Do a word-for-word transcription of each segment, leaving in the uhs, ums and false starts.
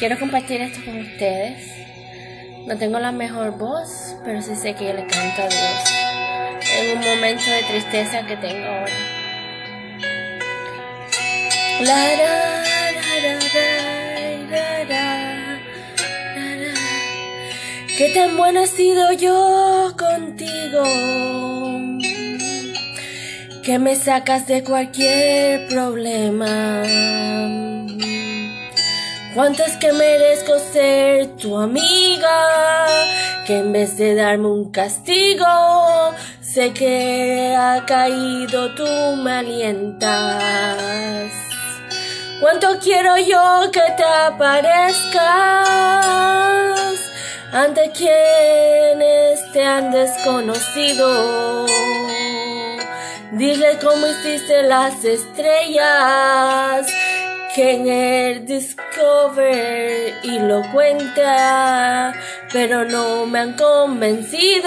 Quiero compartir esto con ustedes. No tengo la mejor voz, pero sí sé que yo le canto a Dios en un momento de tristeza que tengo ahora. La, la, la, la, la, la, la, la. Qué tan bueno he sido yo contigo, que me sacas de cualquier problema. Cuánto es que merezco ser tu amiga, que en vez de darme un castigo, sé que ha caído, tú me alientas. Cuánto quiero yo que te aparezcas ante quienes te han desconocido. Dile cómo hiciste las estrellas, que en el Discover y lo cuenta, pero no me han convencido.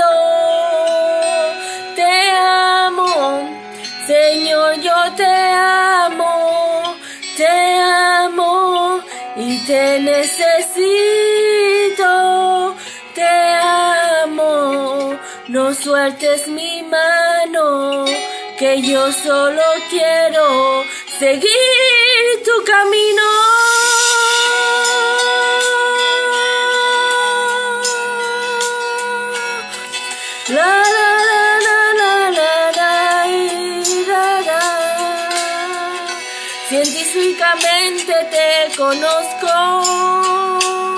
Te amo, Señor, yo te amo, te amo y te necesito. Te amo, no sueltes mi mano, que yo solo quiero seguir tu camino. La, la, la, la, la, la, la, la. Científicamente te conozco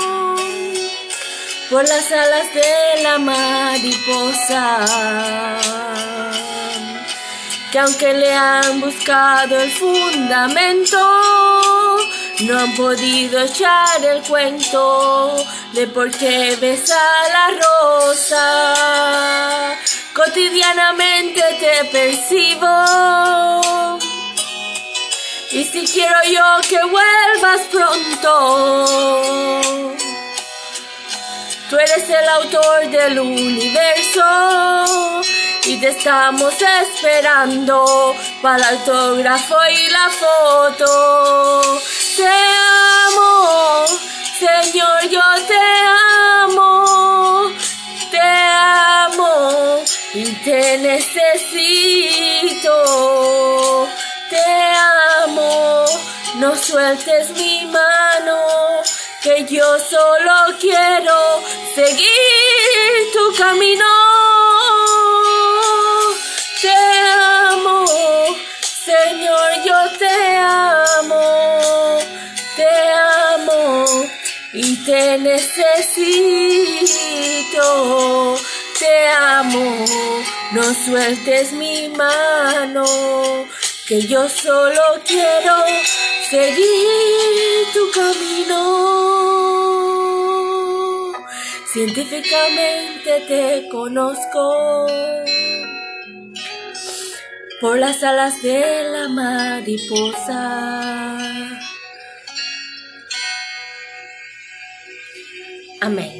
por las alas de la mariposa, que aunque le han buscado el fundamento, no han podido echar el cuento de por qué besa la rosa. Cotidianamente te percibo, y si quiero yo que vuelvas pronto, tú eres el autor del universo y te estamos esperando para el autógrafo y la foto. Te amo, Señor, yo te amo, te amo y te necesito. Te amo, no sueltes mi mano, que yo solo quiero seguir tu camino. Te amo, Señor, yo te amo, te amo y te necesito. Te amo, no sueltes mi mano, que yo solo quiero seguir tu camino. Científicamente te conozco por las alas de la mariposa. Amén.